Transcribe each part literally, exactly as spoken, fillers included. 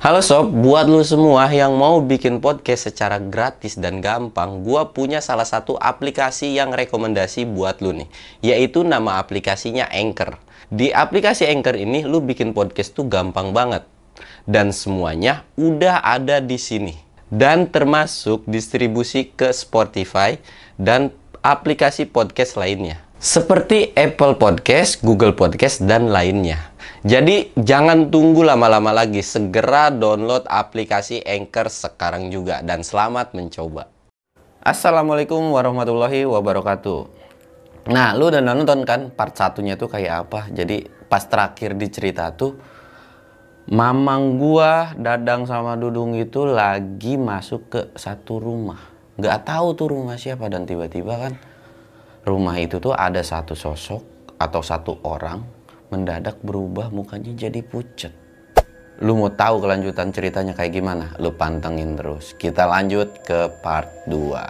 Halo sob, buat lu semua yang mau bikin podcast secara gratis dan gampang, gua punya salah satu aplikasi yang rekomendasi buat lu nih, yaitu nama aplikasinya Anchor. Di aplikasi Anchor ini lu bikin podcast tuh gampang banget. Dan semuanya udah ada di sini. Dan termasuk distribusi ke Spotify dan aplikasi podcast lainnya. Seperti Apple Podcast, Google Podcast, dan lainnya. Jadi jangan tunggu lama-lama lagi, segera download aplikasi Anchor sekarang juga dan selamat mencoba. Assalamualaikum warahmatullahi wabarakatuh. Nah, lu udah nonton kan part satunya tuh kayak apa? Jadi pas terakhir di cerita tuh mamang gua, Dadang sama Dudung itu lagi masuk ke satu rumah. Nggak tahu tuh rumah siapa dan tiba-tiba kan rumah itu tuh ada satu sosok atau satu orang mendadak berubah mukanya jadi pucet. Lu mau tahu kelanjutan ceritanya kayak gimana? Lu pantengin terus. Kita lanjut ke part dua.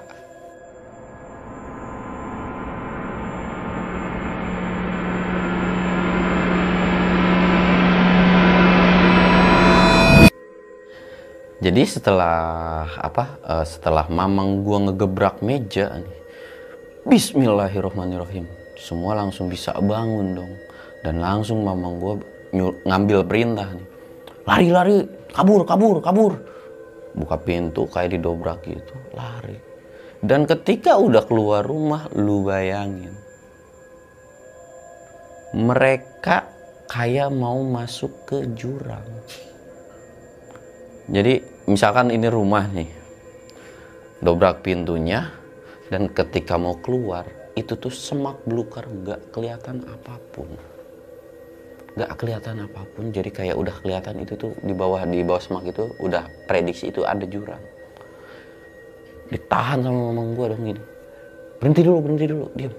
Jadi setelah apa? Uh, setelah mamang gua ngegebrak meja nih. Bismillahirrohmanirrohim. Semua langsung bisa bangun dong. Dan langsung mamang gue ngambil perintah nih. Lari-lari, kabur, kabur, kabur. Buka pintu kayak didobrak gitu, lari. Dan ketika udah keluar rumah, lu bayangin. Mereka kayak mau masuk ke jurang. Jadi misalkan ini rumah nih. Dobrak pintunya. Dan ketika mau keluar, itu tuh semak belukar, gak kelihatan apapun. Gak kelihatan apapun, jadi kayak udah kelihatan itu tuh di bawah di bawah semak itu udah prediksi itu ada jurang. Ditahan sama mamang gua dong gini. Berhenti dulu, berhenti dulu, diam.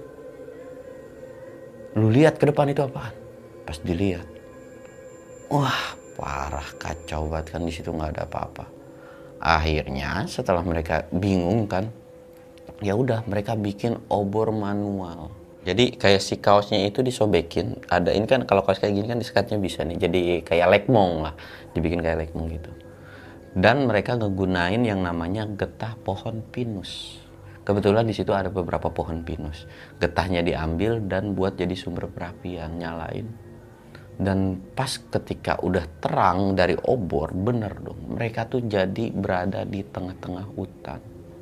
Lu lihat ke depan itu apaan? Pas dilihat, wah parah, kacau banget kan, di situ nggak ada apa-apa. Akhirnya setelah mereka bingung kan, ya udah mereka bikin obor manual. Jadi kayak si kaosnya itu disobekin. Ada ini kan kalau kaos kayak gini kan disekatnya bisa nih. Jadi kayak lekmong lah. Dibikin kayak lekmong gitu. Dan mereka ngegunain yang namanya getah pohon pinus. Kebetulan di situ ada beberapa pohon pinus. Getahnya diambil dan buat jadi sumber perapian, nyalain. Dan pas ketika udah terang dari obor, bener dong. Mereka tuh jadi berada di tengah-tengah hutan.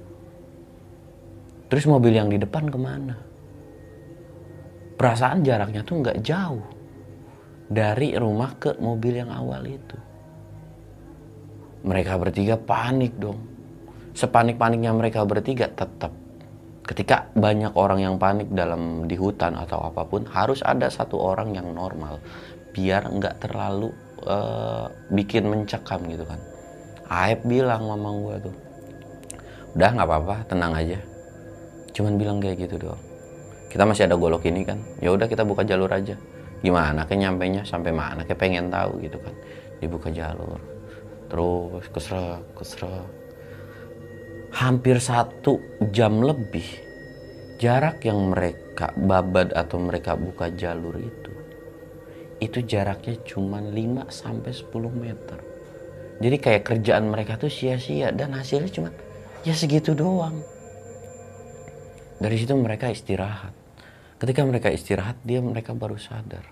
Terus mobil yang di depan kemana? Perasaan jaraknya tuh nggak jauh dari rumah ke mobil yang awal itu. Mereka bertiga panik dong. Sepanik-paniknya mereka bertiga tetap. Ketika banyak orang yang panik dalam di hutan atau apapun, harus ada satu orang yang normal. Biar nggak terlalu uh, bikin mencekam gitu kan. Aib bilang mamang gua tuh, udah nggak apa-apa, tenang aja. Cuman bilang kayak gitu doang. Kita masih ada golok ini kan, ya udah kita buka jalur aja. Gimana ke nyampenya, sampai mana ke pengen tahu gitu kan. Dibuka jalur, terus kesrek kesrek. Hampir satu jam lebih jarak yang mereka babat atau mereka buka jalur itu, itu jaraknya cuma lima sampai sepuluh meter. Jadi kayak kerjaan mereka tuh sia-sia dan hasilnya cuma ya segitu doang. Dari situ mereka istirahat. Ketika mereka istirahat, dia mereka baru sadar.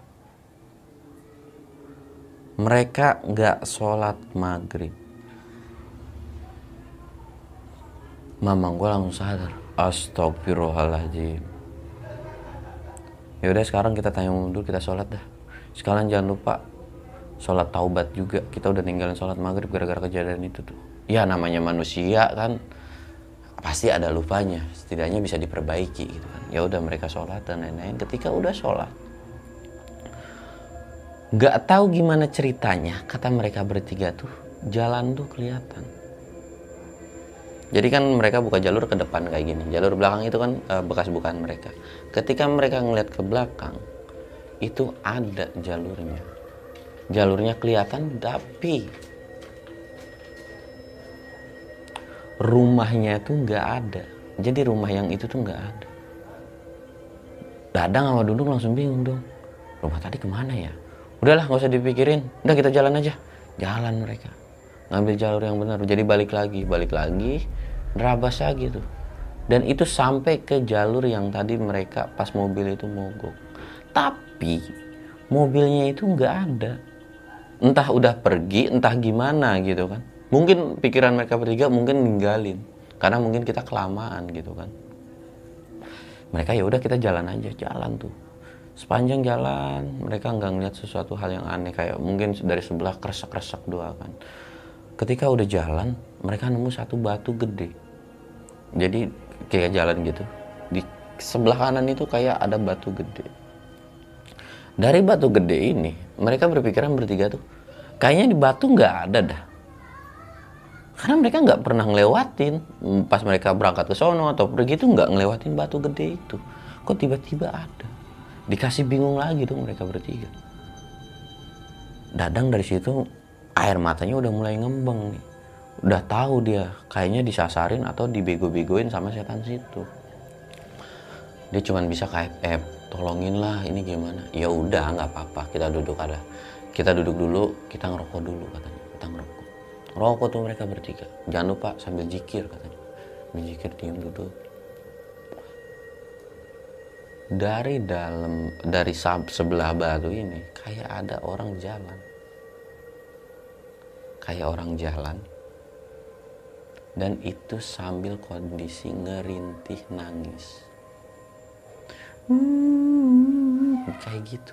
Mereka nggak sholat maghrib. Mamang gue langsung sadar. Astagfirullahaladzim. Yaudah sekarang kita tanya mundur, kita sholat dah. Sekarang jangan lupa sholat taubat juga. Kita udah ninggalin sholat maghrib gara-gara kejadian itu tuh. Ya namanya manusia kan. Pasti ada lupanya, setidaknya bisa diperbaiki gitu kan. Ya udah mereka sholat dan lain-lain. Ketika udah sholat, nggak tahu gimana ceritanya, kata mereka bertiga tuh jalan tuh kelihatan. Jadi kan mereka buka jalur ke depan kayak gini, jalur belakang itu kan e, bekas bukaan mereka. Ketika mereka ngeliat ke belakang, itu ada jalurnya. Jalurnya kelihatan, tapi rumahnya tuh nggak ada. Jadi rumah yang itu tuh nggak ada. Dadang sama Dudung langsung bingung dong. Rumah tadi kemana ya? Udahlah nggak usah dipikirin. Udah kita jalan aja. Jalan mereka. ngambil jalur yang benar, jadi balik lagi balik lagi nerabas lagi tuh. Dan itu sampai ke jalur yang tadi mereka pas mobil itu mogok. Tapi mobilnya itu nggak ada. Entah udah pergi, entah gimana gitu kan. Mungkin pikiran mereka bertiga mungkin ninggalin. Karena mungkin kita kelamaan gitu kan. Mereka ya udah kita jalan aja, jalan tuh. Sepanjang jalan mereka nggak ngeliat sesuatu hal yang aneh. Kayak mungkin dari sebelah kresek-kresek doang kan. Ketika udah jalan, mereka nemu satu batu gede. Jadi kayak jalan gitu, di sebelah kanan itu kayak ada batu gede. Dari batu gede ini mereka berpikiran bertiga tuh, kayaknya di batu nggak ada dah, karena mereka nggak pernah ngelewatin. Pas mereka berangkat ke sono atau pergi tuh nggak ngelewatin batu gede itu, kok tiba-tiba ada. Dikasih bingung lagi tuh mereka bertiga. Dadang dari situ air matanya udah mulai ngembang nih. Udah tahu dia kayaknya disasarin atau dibego-begoin sama setan situ. Dia cuman bisa kayak eh tolongin lah, ini gimana. Ya udah nggak apa-apa, kita duduk ada kita duduk dulu, kita ngerokok dulu katanya. Kita ngerokok ngerokok tuh mereka bertiga, jangan lupa sambil zikir katanya. Sambil zikir, diem duduk. Dari dalam dari sebelah batu ini kayak ada orang jalan, kayak orang jalan. Dan itu sambil kondisi ngerintih nangis. Hmm, kayak gitu.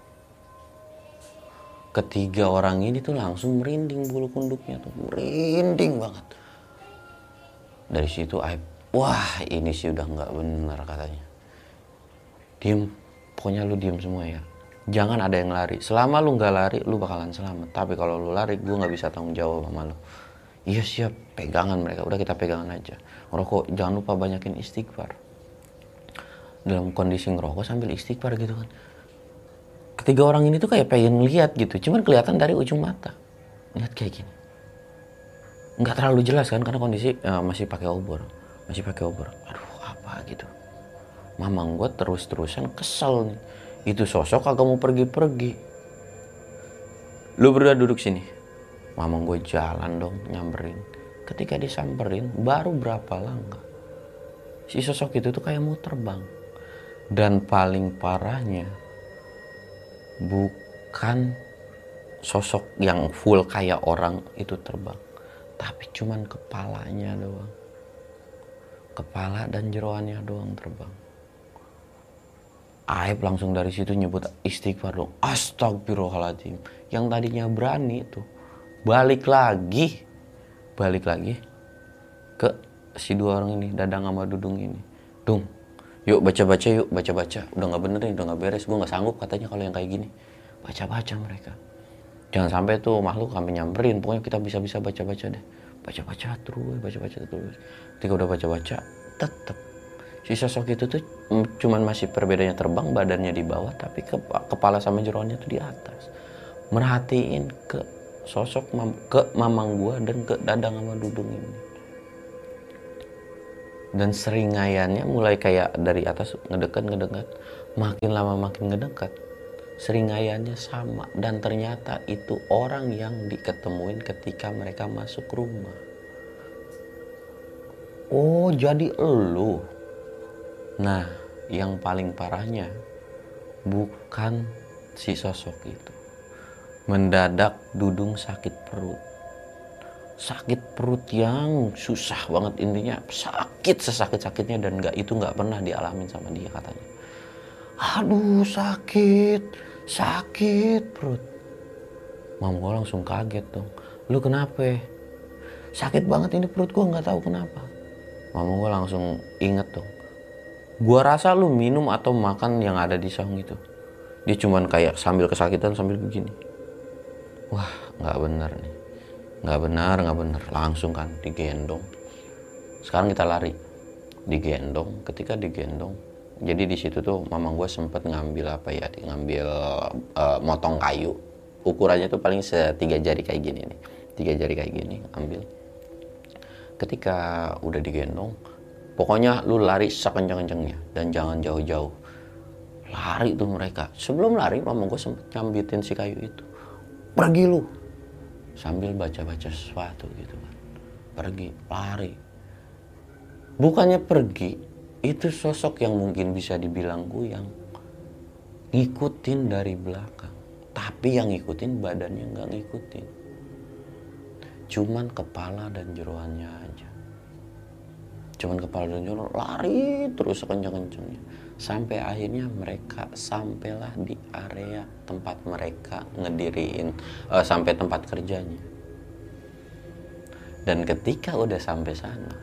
Ketiga orang ini tuh langsung merinding bulu kunduknya tuh. Merinding banget. Dari situ Aib, wah ini sih udah gak benar katanya. Diem, pokoknya lu diem semua ya. Jangan ada yang lari. Selama lu gak lari, lu bakalan selamat. Tapi kalau lu lari, gue gak bisa tanggung jawab sama lu. Iya siap, pegangan mereka. Udah kita pegangan aja. Ngerokok, jangan lupa banyakin istighfar. Dalam kondisi ngerokok sambil istighfar gitu kan. Ketiga orang ini tuh kayak pengen lihat gitu. Cuman kelihatan dari ujung mata. Lihat kayak gini. Nggak terlalu jelas kan karena kondisi uh, masih pakai obor. Masih pakai obor. Aduh apa gitu. Mamang gue terus-terusan kesel nih. Itu sosok kagak mau pergi-pergi. Lu berdua duduk sini. Mamang gue jalan dong nyamperin. Ketika disamperin baru berapa langkah, si sosok itu tuh kayak mau terbang. Dan paling parahnya bukan sosok yang full kayak orang itu terbang, tapi cuman kepalanya doang. Kepala dan jeroannya doang terbang. Aib langsung dari situ nyebut istighfar dong. Astagfirullahaladzim. Yang tadinya berani tuh balik lagi, balik lagi ke si dua orang ini, Dadang sama Dudung ini. Dung, yuk baca-baca yuk, baca-baca. Udah nggak bener nih, udah nggak beres. Gue nggak sanggup katanya kalau yang kayak gini. Baca-baca mereka. Jangan sampai tuh makhluk kami nyamperin. Pokoknya kita bisa-bisa baca-baca deh. Baca-baca terus, baca-baca terus. Ketika udah baca-baca, tetap si sosok itu tuh cuman masih perbedaannya terbang, badannya di bawah, tapi ke, kepala sama jeroannya tuh di atas. Merhatiin ke sosok mam, ke mamang gua dan ke Dadang sama Dudung ini. Dan seringayannya mulai kayak dari atas ngedekat ngedekat, makin lama makin ngedekat. Seringayannya sama dan ternyata itu orang yang diketemuin ketika mereka masuk rumah. Oh, jadi elu. Nah, yang paling parahnya bukan si sosok itu. Mendadak Dudung sakit perut. Sakit perut yang susah banget, intinya sakit sesakit-sakitnya, dan gak, itu gak pernah dialamin sama dia katanya. Aduh sakit, sakit perut. Mam gue langsung kaget dong. Lu kenapa? Sakit banget ini perut gue, gak tahu kenapa. Mam gue langsung inget dong. Gua rasa lu minum atau makan yang ada di saung itu. Dia cuman kayak sambil kesakitan sambil begini. Wah, nggak benar nih, nggak benar, nggak benar. Langsung kan digendong. Sekarang kita lari, digendong. Ketika digendong, jadi di situ tuh mamang gue sempet ngambil apa ya, ngambil uh, motong kayu. Ukurannya tuh paling setiga jari kayak gini nih, tiga jari kayak gini, ambil. Ketika udah digendong, pokoknya lu lari sekencang-kencangnya dan jangan jauh-jauh. Lari tuh mereka. Sebelum lari, mamang gue sempet nyambitin si kayu itu. Pergi lu, sambil baca-baca sesuatu gitu kan. Pergi, lari. Bukannya pergi, itu sosok yang mungkin bisa dibilang kuyang. Ngikutin dari belakang. Tapi yang ngikutin badannya nggak ngikutin. Cuman kepala dan jeroannya aja. Cuman kepala dan jeroan lari terus sekencang-kencangnya. Sampai akhirnya mereka sampailah di area tempat mereka ngediriin, uh, sampai tempat kerjanya. Dan ketika udah sampai sana,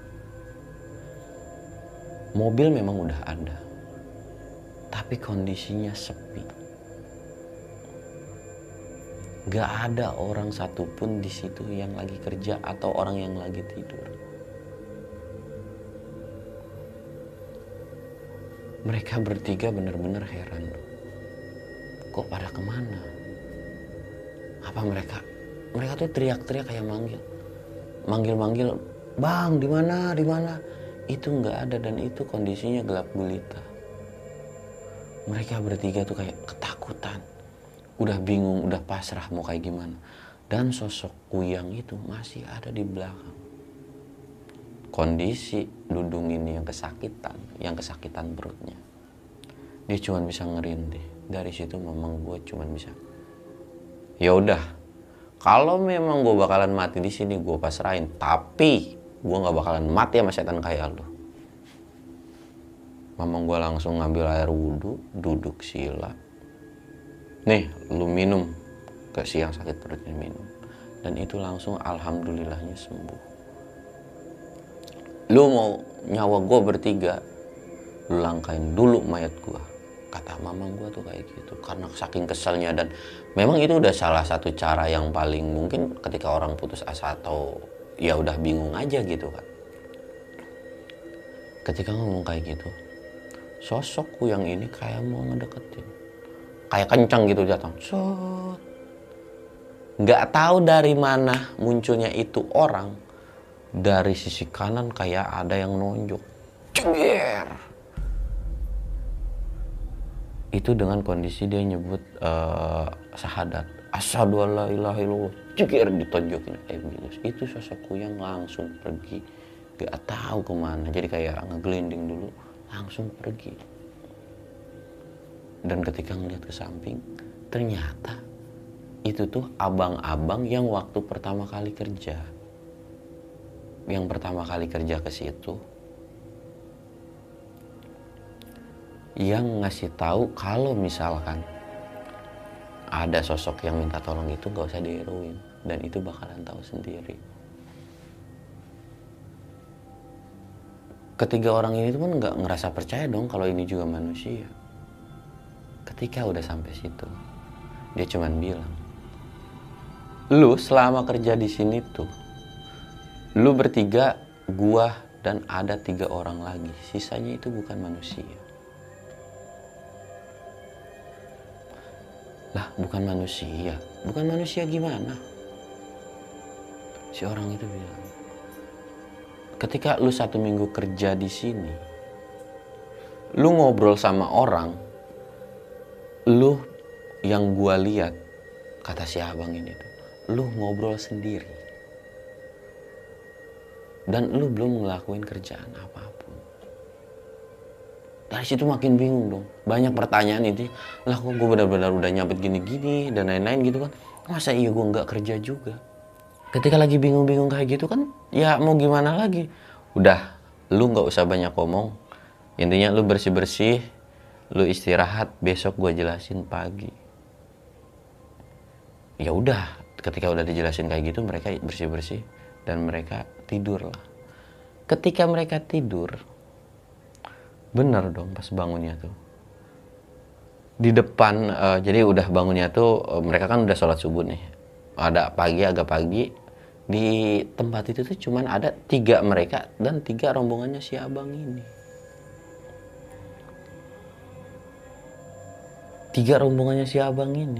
mobil memang udah ada, tapi kondisinya sepi. Gak ada orang satupun di situ yang lagi kerja atau orang yang lagi tidur. Mereka bertiga benar-benar heran. Kok pada kemana? Apa mereka? Mereka tuh teriak-teriak kayak manggil, manggil-manggil, bang, di mana, di mana? Itu nggak ada dan itu kondisinya gelap gulita. Mereka bertiga tuh kayak ketakutan, udah bingung, udah pasrah mau kayak gimana. Dan sosok kuyang itu masih ada di belakang. Kondisi Dudung ini yang kesakitan, yang kesakitan perutnya. Dia cuma bisa ngerintih. Dari situ memang gue cuma bisa, ya udah, kalau memang gue bakalan mati di sini gue pasrahin. Tapi gue nggak bakalan mati sama setan kayak lu. Memang gue langsung ngambil air wudhu, duduk sila. Nih, lu minum, ke siang sakit perutnya minum. Dan itu langsung alhamdulillahnya sembuh. Lu mau nyawa gue bertiga, lu langkain dulu mayat gue. Kata mamang gue tuh kayak gitu. Karena saking keselnya, dan memang itu udah salah satu cara yang paling mungkin ketika orang putus asa atau ya udah bingung aja gitu kan. Ketika ngomong kayak gitu, sosokku yang ini kayak mau ngedeketin. Kayak kencang gitu datang. Set. Nggak tahu dari mana munculnya itu orang. Dari sisi kanan kayak ada yang nonjok. Ceger. Itu dengan kondisi dia nyebut uh, syahadat. Asyhadu alla ilaha illallah. Ceger ditonjokin kayak gitu. Itu sosokku yang langsung pergi. Gak tahu kemana. Jadi kayak ngegelinding dulu. Langsung pergi. Dan ketika ngeliat ke samping, ternyata itu tuh abang-abang yang waktu pertama kali kerja. Yang pertama kali kerja ke situ, yang ngasih tahu kalau misalkan ada sosok yang minta tolong itu gak usah dihirauin, dan itu bakalan tahu sendiri. Ketiga orang ini pun nggak ngerasa percaya dong kalau ini juga manusia. Ketika udah sampai situ, dia cuman bilang, lu selama kerja di sini tuh, lu bertiga, gua, dan ada tiga orang lagi. Sisanya itu bukan manusia. Lah, bukan manusia. Bukan manusia gimana? Si orang itu bilang, ketika lu satu minggu kerja di sini, lu ngobrol sama orang, lu yang gua lihat, kata si abang ini tuh, lu ngobrol sendiri. Dan lu belum ngelakuin kerjaan apapun. Dari situ makin bingung dong. Banyak pertanyaan itu. Lah kok gue benar-benar udah nyabet gini-gini dan lain-lain gitu kan. Masa iya gue gak kerja juga? Ketika lagi bingung-bingung kayak gitu kan, ya mau gimana lagi? Udah, lu gak usah banyak ngomong. Intinya lu bersih-bersih, lu istirahat, besok gue jelasin pagi. Ya udah, ketika udah dijelasin kayak gitu, mereka bersih-bersih. Dan mereka tidur lah. Ketika mereka tidur, bener dong pas bangunnya tuh. Di depan, uh, jadi udah bangunnya tuh, uh, mereka kan udah sholat subuh nih. Ada pagi, agak pagi. Di tempat itu tuh cuman ada tiga mereka dan tiga rombongannya si abang ini. Tiga rombongannya si abang ini.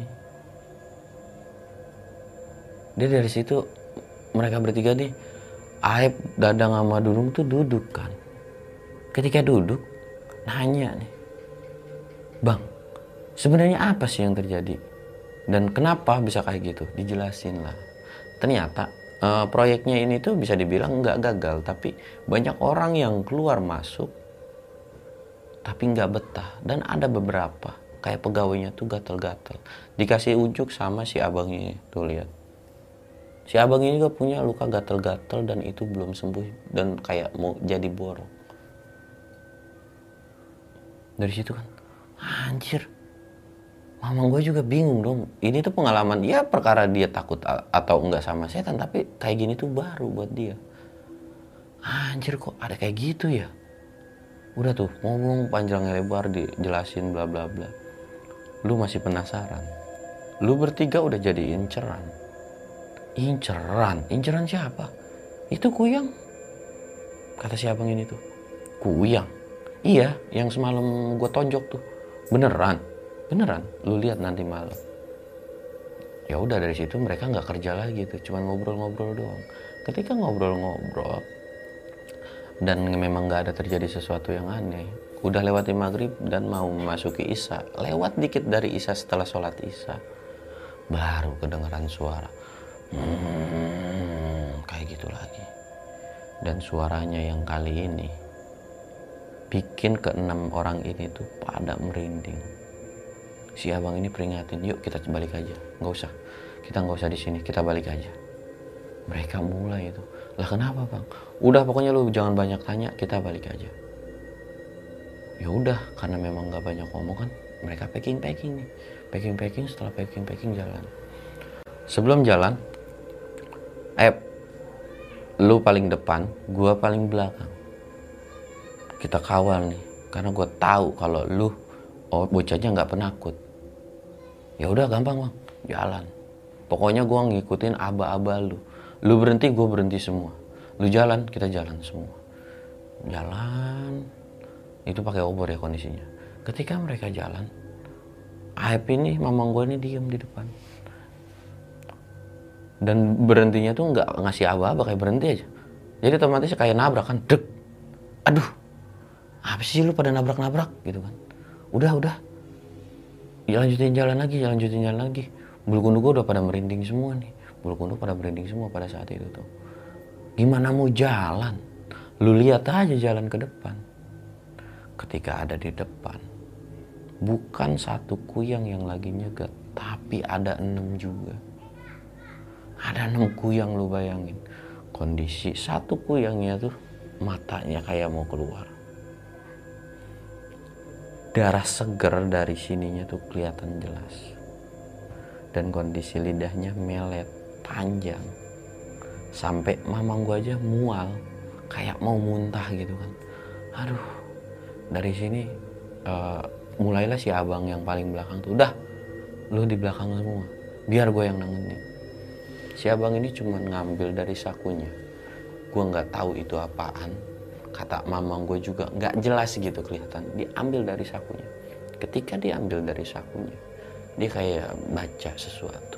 Dia dari situ, mereka bertiga nih, Aib, Dadang, sama Dudung tuh duduk kan. Ketika duduk, nanya nih, Bang, sebenarnya apa sih yang terjadi? Dan kenapa bisa kayak gitu? Dijelasin lah. ternyata uh, proyeknya ini tuh bisa dibilang nggak gagal, tapi banyak orang yang keluar masuk tapi nggak betah. Dan ada beberapa kayak pegawainya tuh gatel-gatel, dikasih ujuk sama si abang ini. Tuh lihat, si abang ini juga punya luka gatel-gatel dan itu belum sembuh dan kayak mau jadi borok. Dari situ kan, anjir, mama gue juga bingung dong. Ini tuh pengalaman, ya perkara dia takut atau enggak sama setan, tapi kayak gini tuh baru buat dia. Anjir, kok ada kayak gitu ya? Udah tuh ngomong panjang lebar, dijelasin bla bla bla. Lu masih penasaran? Lu bertiga udah jadi inceran. Inceran? Inceran siapa? Itu Kuyang. Kata si abang ini tuh, Kuyang? Iya, yang semalam gue tonjok tuh. Beneran? Beneran? Lu lihat nanti malam. Ya udah, dari situ mereka nggak kerja lagi tuh, cuman ngobrol-ngobrol doang. Ketika ngobrol-ngobrol dan memang nggak ada terjadi sesuatu yang aneh, udah lewati maghrib dan mau memasuki isya. Lewat dikit dari isya, setelah sholat isya, baru kedengeran suara. Hmm, kayak gitu lagi. Dan suaranya yang kali ini bikin keenam orang ini tuh pada merinding. Si abang ini peringatin, yuk kita balik aja, nggak usah, kita nggak usah di sini, kita balik aja. Mereka mulai itu, lah kenapa bang? Udah pokoknya lu jangan banyak tanya, kita balik aja. Ya udah, karena memang nggak banyak ngomong kan, mereka packing packing nih, packing packing. Setelah packing packing jalan. Sebelum jalan, eh, lu paling depan, gua paling belakang. Kita kawal nih, karena gue tahu kalau lu, oh bocahnya nggak penakut. Ya udah gampang bang, jalan. Pokoknya gue ngikutin aba-aba lu. Lu berhenti, gue berhenti semua. Lu jalan, kita jalan semua. Jalan, itu pakai obor ya kondisinya. Ketika mereka jalan, Aep ini, mamang gue ini diem di depan. Dan berhentinya tuh nggak ngasih aba-aba, kayak berhenti aja. Jadi otomatis kayak nabrak kan, dek. Aduh, apa sih lu pada nabrak-nabrak gitu kan. Udah, udah. Ya lanjutin jalan lagi, ya lanjutin jalan lagi. Bulu kuduk gue udah pada merinding semua nih. Bulu kuduk pada merinding semua pada saat itu tuh. Gimana mau jalan? Lu lihat aja jalan ke depan. Ketika ada di depan, bukan satu Kuyang yang lagi nyegat, tapi ada enam juga. Ada enam Kuyang, lu bayangin. Kondisi satu Kuyangnya tuh matanya kayak mau keluar. Darah seger dari sininya tuh kelihatan jelas. Dan kondisi lidahnya melet, panjang. Sampai mamang gua aja mual, kayak mau muntah gitu kan. Aduh, dari sini uh, mulailah si abang yang paling belakang tuh, udah, lu di belakang semua, biar gua yang nanganin. Si abang ini cuma ngambil dari sakunya. Gua nggak tahu itu apaan. Kata mamang gue juga nggak jelas gitu kelihatan. Diambil dari sakunya. Ketika diambil dari sakunya, dia kayak baca sesuatu.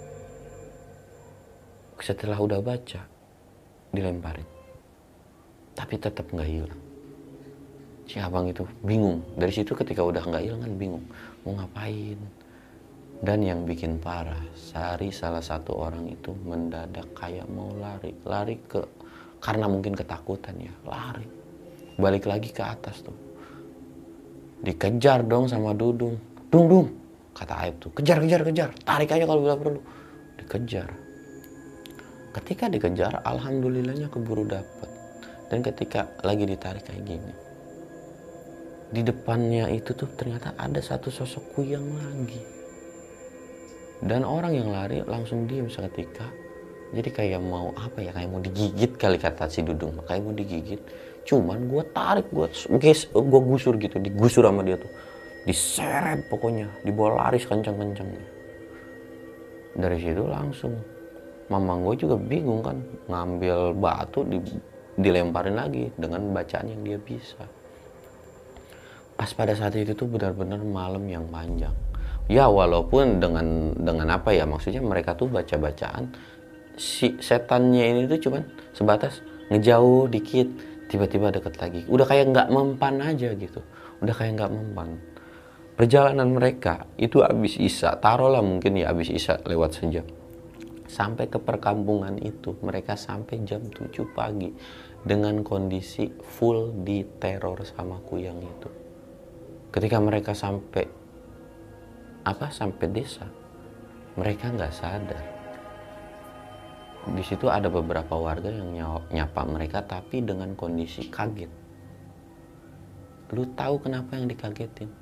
Setelah udah baca, dilemparin. Tapi tetap nggak hilang. Si abang itu bingung. Dari situ ketika udah nggak hilang kan bingung. Mau ngapain? Dan yang bikin parah, Sari salah satu orang itu mendadak kayak mau lari. Lari ke... Karena mungkin ketakutan ya, lari. Balik lagi ke atas tuh. Dikejar dong sama Dudung. Dung, dung, kata Aep tuh. Kejar, kejar, kejar. Tarik aja kalau bila perlu. Dikejar. Ketika dikejar, alhamdulillahnya keburu dapet. Dan ketika lagi ditarik kayak gini, di depannya itu tuh ternyata ada satu sosok Kuyang lagi. Dan orang yang lari langsung diem seketika. Jadi kayak mau apa ya, kayak mau digigit kali kata si Dudung, kayak mau digigit. Cuman gue tarik, gue guys, gue gusur gitu, digusur sama dia tuh, diseret pokoknya, dibawa lari kencang-kencangnya. Dari situ langsung, mamang gue juga bingung kan, ngambil batu di, dilemparin lagi dengan bacaan yang dia bisa. Pas pada saat itu tuh benar-benar malam yang panjang. Ya walaupun dengan dengan apa ya, maksudnya mereka tuh baca-bacaan. Si setannya ini tuh cuman sebatas ngejauh dikit, tiba-tiba deket lagi. Udah kayak nggak mempan aja gitu. Udah kayak nggak mempan. Perjalanan mereka itu abis isya, taruhlah mungkin ya abis isya lewat sejam. Sampai ke perkampungan itu, mereka sampai jam tujuh pagi dengan kondisi full diteror sama kuyang itu. Ketika mereka sampai apa sampai desa, mereka nggak sadar. Di situ ada beberapa warga yang nyapa mereka tapi dengan kondisi kaget. Lu tahu kenapa yang dikagetin?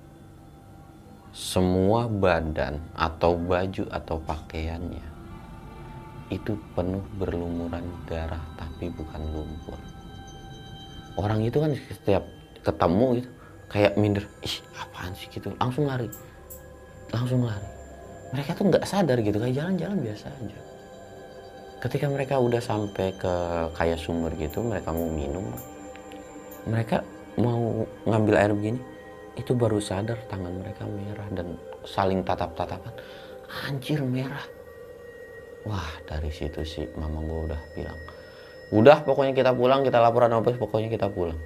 Semua badan atau baju atau pakaiannya itu penuh berlumuran darah tapi bukan lumpur. Orang itu kan setiap ketemu gitu kayak minder, ih apaan sih gitu, langsung lari, langsung lari. Mereka tuh nggak sadar gitu, kayak jalan-jalan biasa aja. Ketika mereka udah sampai ke kayak sumur gitu, mereka mau minum, mereka mau ngambil air begini, itu baru sadar tangan mereka merah dan saling tatap-tatapan. Anjir merah. Wah dari situ sih mama gue udah bilang, udah pokoknya kita pulang, kita laporan apa pokoknya kita pulang.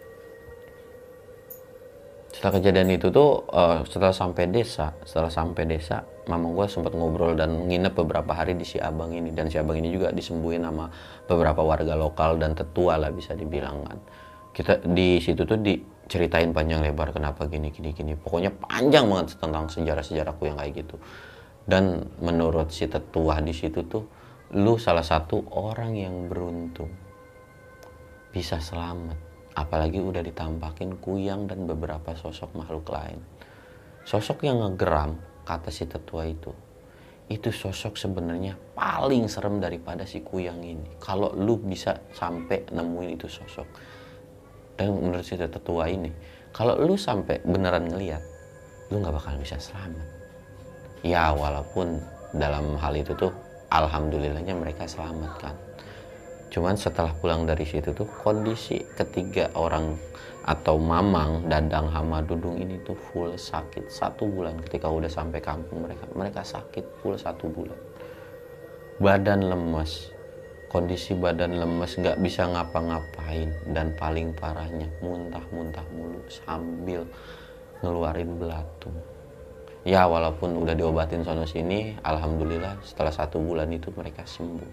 Setelah kejadian itu tuh uh, setelah sampai desa, setelah sampai desa, mama gue sempat ngobrol dan nginep beberapa hari di si abang ini, dan si abang ini juga disembuhin sama beberapa warga lokal dan tetua lah bisa dibilang kan. Kita di situ tuh diceritain panjang lebar kenapa gini gini gini, pokoknya panjang banget tentang sejarah-sejarahku yang kayak gitu. Dan menurut si tetua di situ tuh, lu salah satu orang yang beruntung bisa selamat, apalagi udah ditampakin kuyang dan beberapa sosok makhluk lain. Sosok yang ngegeram, kata si tetua itu, itu sosok sebenarnya paling serem daripada si kuyang ini. Kalau lu bisa sampai nemuin itu sosok. Dan menurut si tetua ini, kalau lu sampai beneran ngeliat, lu nggak bakal bisa selamat. Ya walaupun dalam hal itu tuh alhamdulillahnya mereka selamat kan. Cuman setelah pulang dari situ tuh kondisi ketiga orang atau mamang, dadang, hama, dudung ini tuh full sakit satu bulan. Ketika udah sampai kampung mereka, mereka sakit full satu bulan. Badan lemes, kondisi badan lemes, nggak bisa ngapa-ngapain, dan paling parahnya muntah-muntah mulu sambil ngeluarin belatung. Ya walaupun udah diobatin sono sini, alhamdulillah setelah satu bulan itu mereka sembuh.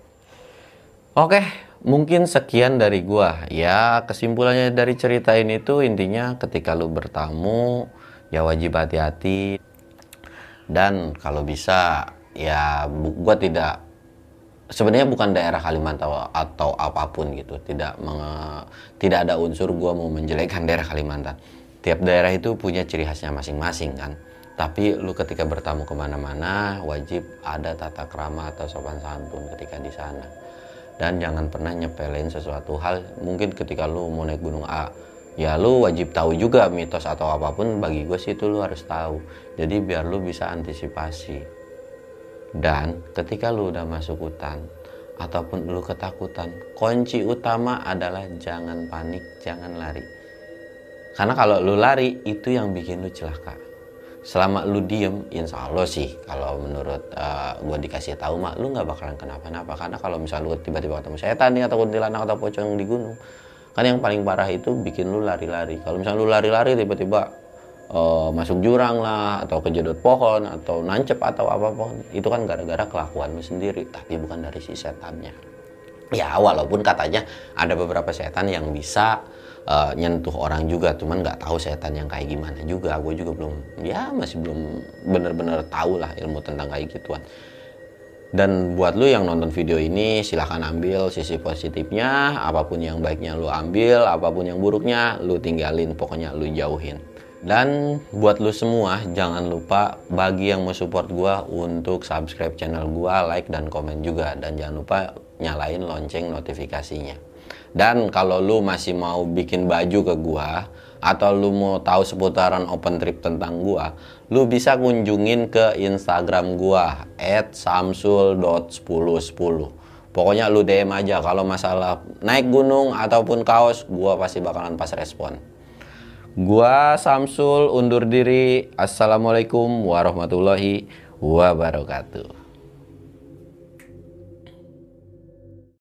Oke, mungkin sekian dari gua. Ya kesimpulannya dari cerita ini tuh intinya ketika lu bertamu ya wajib hati-hati. Dan kalau bisa ya gua tidak, sebenarnya bukan daerah Kalimantan atau, atau apapun gitu, tidak menge, tidak ada unsur gua mau menjelekkan daerah Kalimantan. Tiap daerah itu punya ciri khasnya masing-masing kan. Tapi lu ketika bertamu kemana-mana wajib ada tata krama atau sopan santun ketika di sana. Dan jangan pernah nyepelin sesuatu hal. Mungkin ketika lu mau naik gunung A, ya lu wajib tahu juga mitos atau apapun. Bagi gue sih itu lu harus tahu. Jadi biar lu bisa antisipasi. Dan ketika lu udah masuk hutan ataupun lu ketakutan, kunci utama adalah jangan panik, jangan lari. Karena kalau lu lari itu yang bikin lu celaka. Selama lu diem, insya Allah sih kalau menurut uh, gue dikasih tahu mak, lu nggak bakalan kenapa-napa. Karena kalau misalnya lu tiba-tiba ketemu setan nih atau kuntilanak atau pocong di gunung, kan yang paling parah itu bikin lu lari-lari. Kalau misalnya lu lari-lari tiba-tiba uh, masuk jurang lah, atau kejedot pohon, atau nancep atau apapun, itu kan gara-gara kelakuan lu sendiri, tapi bukan dari si setannya. Ya walaupun katanya ada beberapa setan yang bisa Uh, nyentuh orang juga, cuman nggak tahu setan yang kayak gimana juga. Gue juga belum, ya masih belum bener-bener tahu lah ilmu tentang kayak gituan. Dan buat lu yang nonton video ini, silahkan ambil sisi positifnya, apapun yang baiknya lu ambil, apapun yang buruknya lu tinggalin, pokoknya lu jauhin. Dan buat lu semua, jangan lupa bagi yang mau support gue untuk subscribe channel gue, like dan komen juga, dan jangan lupa nyalain lonceng notifikasinya. Dan kalau lu masih mau bikin baju ke gua atau lu mau tahu seputaran open trip tentang gua, lu bisa kunjungin ke Instagram gua et samsul dot sepuluh sepuluh. Pokoknya lu D M aja kalau masalah naik gunung ataupun kaos, gua pasti bakalan pas respon. Gua Samsul undur diri. Assalamualaikum warahmatullahi wabarakatuh.